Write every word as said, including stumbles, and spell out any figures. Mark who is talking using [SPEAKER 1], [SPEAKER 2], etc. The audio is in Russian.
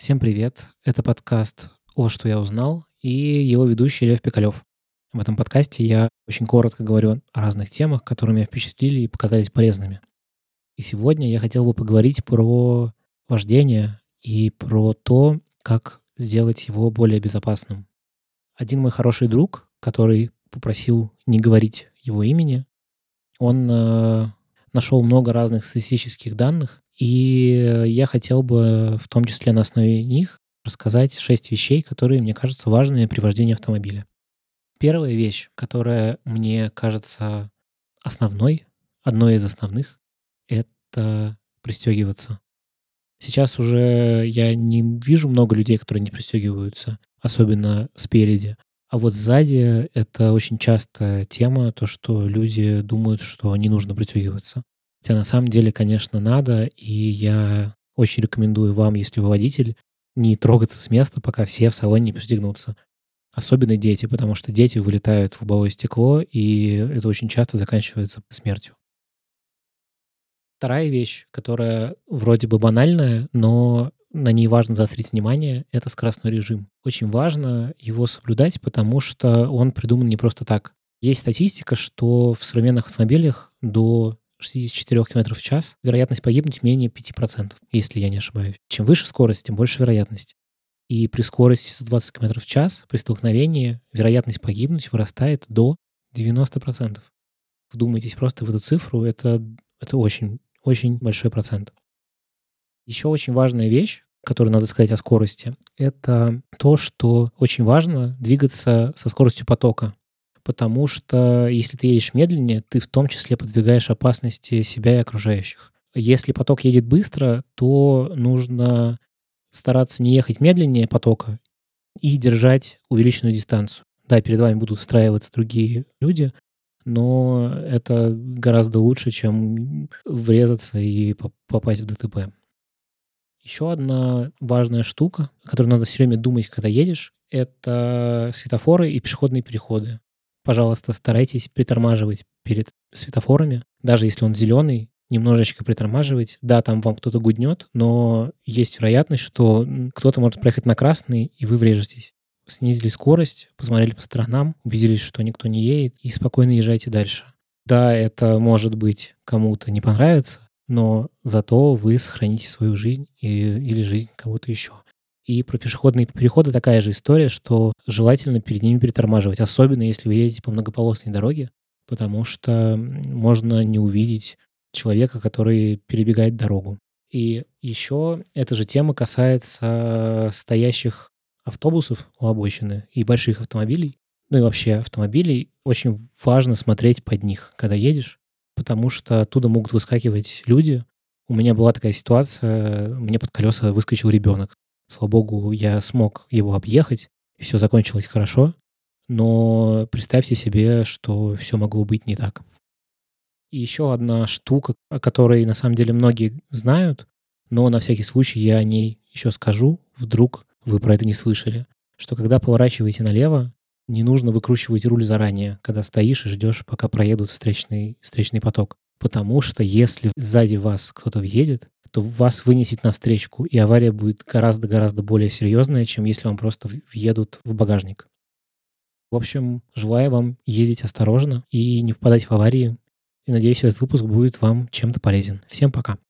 [SPEAKER 1] Всем привет! Это подкаст "О, что я узнал" и его ведущий Лев Пикалев. В этом подкасте я очень коротко говорю о разных темах, которые меня впечатлили и показались полезными. И сегодня я хотел бы поговорить про вождение и про то, как сделать его более безопасным. Один мой хороший друг, который попросил не говорить его имени, он э, нашел много разных статистических данных, и я хотел бы в том числе на основе них рассказать шесть вещей, которые мне кажутся важными при вождении автомобиля. Первая вещь, которая мне кажется основной, одной из основных, это пристегиваться. Сейчас уже я не вижу много людей, которые не пристегиваются, особенно спереди. А вот сзади это очень частая тема, то, что люди думают, что не нужно пристегиваться. Хотя на самом деле, конечно, надо, и я очень рекомендую вам, если вы водитель, не трогаться с места, пока все в салоне не пристегнутся. Особенно дети, потому что дети вылетают в лобовое стекло, и это очень часто заканчивается смертью. Вторая вещь, которая вроде бы банальная, но на ней важно заострить внимание — это скоростной режим. Очень важно его соблюдать, потому что он придуман не просто так. Есть статистика, что в современных автомобилях до шестьдесят четыре километров в час вероятность погибнуть менее пяти процентов, если я не ошибаюсь. Чем выше скорость, тем больше вероятность. И при скорости сто двадцать километров в час при столкновении вероятность погибнуть вырастает до девяноста процентов. Вдумайтесь просто в эту цифру, это, это очень, очень большой процент. Еще очень важная вещь, которую надо сказать о скорости, это то, что очень важно двигаться со скоростью потока. Потому что если ты едешь медленнее, ты в том числе подвергаешь опасности себя и окружающих. Если поток едет быстро, то нужно стараться не ехать медленнее потока и держать увеличенную дистанцию. Да, перед вами будут встраиваться другие люди, но это гораздо лучше, чем врезаться и поп- попасть в ДТП. Еще одна важная штука, о которой надо все время думать, когда едешь, это светофоры и пешеходные переходы. Пожалуйста, старайтесь притормаживать перед светофорами, даже если он зеленый, немножечко притормаживать. Да, там вам кто-то гуднет, но есть вероятность, что м, кто-то может проехать на красный, и вы врежетесь. Снизили скорость, посмотрели по сторонам, убедились, что никто не едет, и спокойно езжайте дальше. Да, это, может быть, кому-то не понравится, но зато вы сохраните свою жизнь и, или жизнь кого-то еще. И про пешеходные переходы такая же история, что желательно перед ними притормаживать, особенно если вы едете по многополосной дороге, потому что м, можно не увидеть человека, который перебегает дорогу. И еще эта же тема касается стоящих автобусов у обочины и больших автомобилей, ну и вообще автомобилей. Очень важно смотреть под них, когда едешь, потому что оттуда могут выскакивать люди. У меня была такая ситуация, мне под колеса выскочил ребенок. Слава богу, я смог его объехать, и все закончилось хорошо. Но представьте себе, что все могло быть не так. И еще одна штука, о которой на самом деле многие знают, но на всякий случай я о ней еще скажу, вдруг вы про это не слышали, что когда поворачиваете налево, не нужно выкручивать руль заранее, когда стоишь и ждешь, пока проедут встречный, встречный поток. Потому что если сзади вас кто-то въедет, то вас вынесет на встречку, и авария будет гораздо-гораздо более серьезная, чем если вам просто в- въедут в багажник. В общем, желаю вам ездить осторожно и не впадать в аварии. И надеюсь, этот выпуск будет вам чем-то полезен. Всем пока.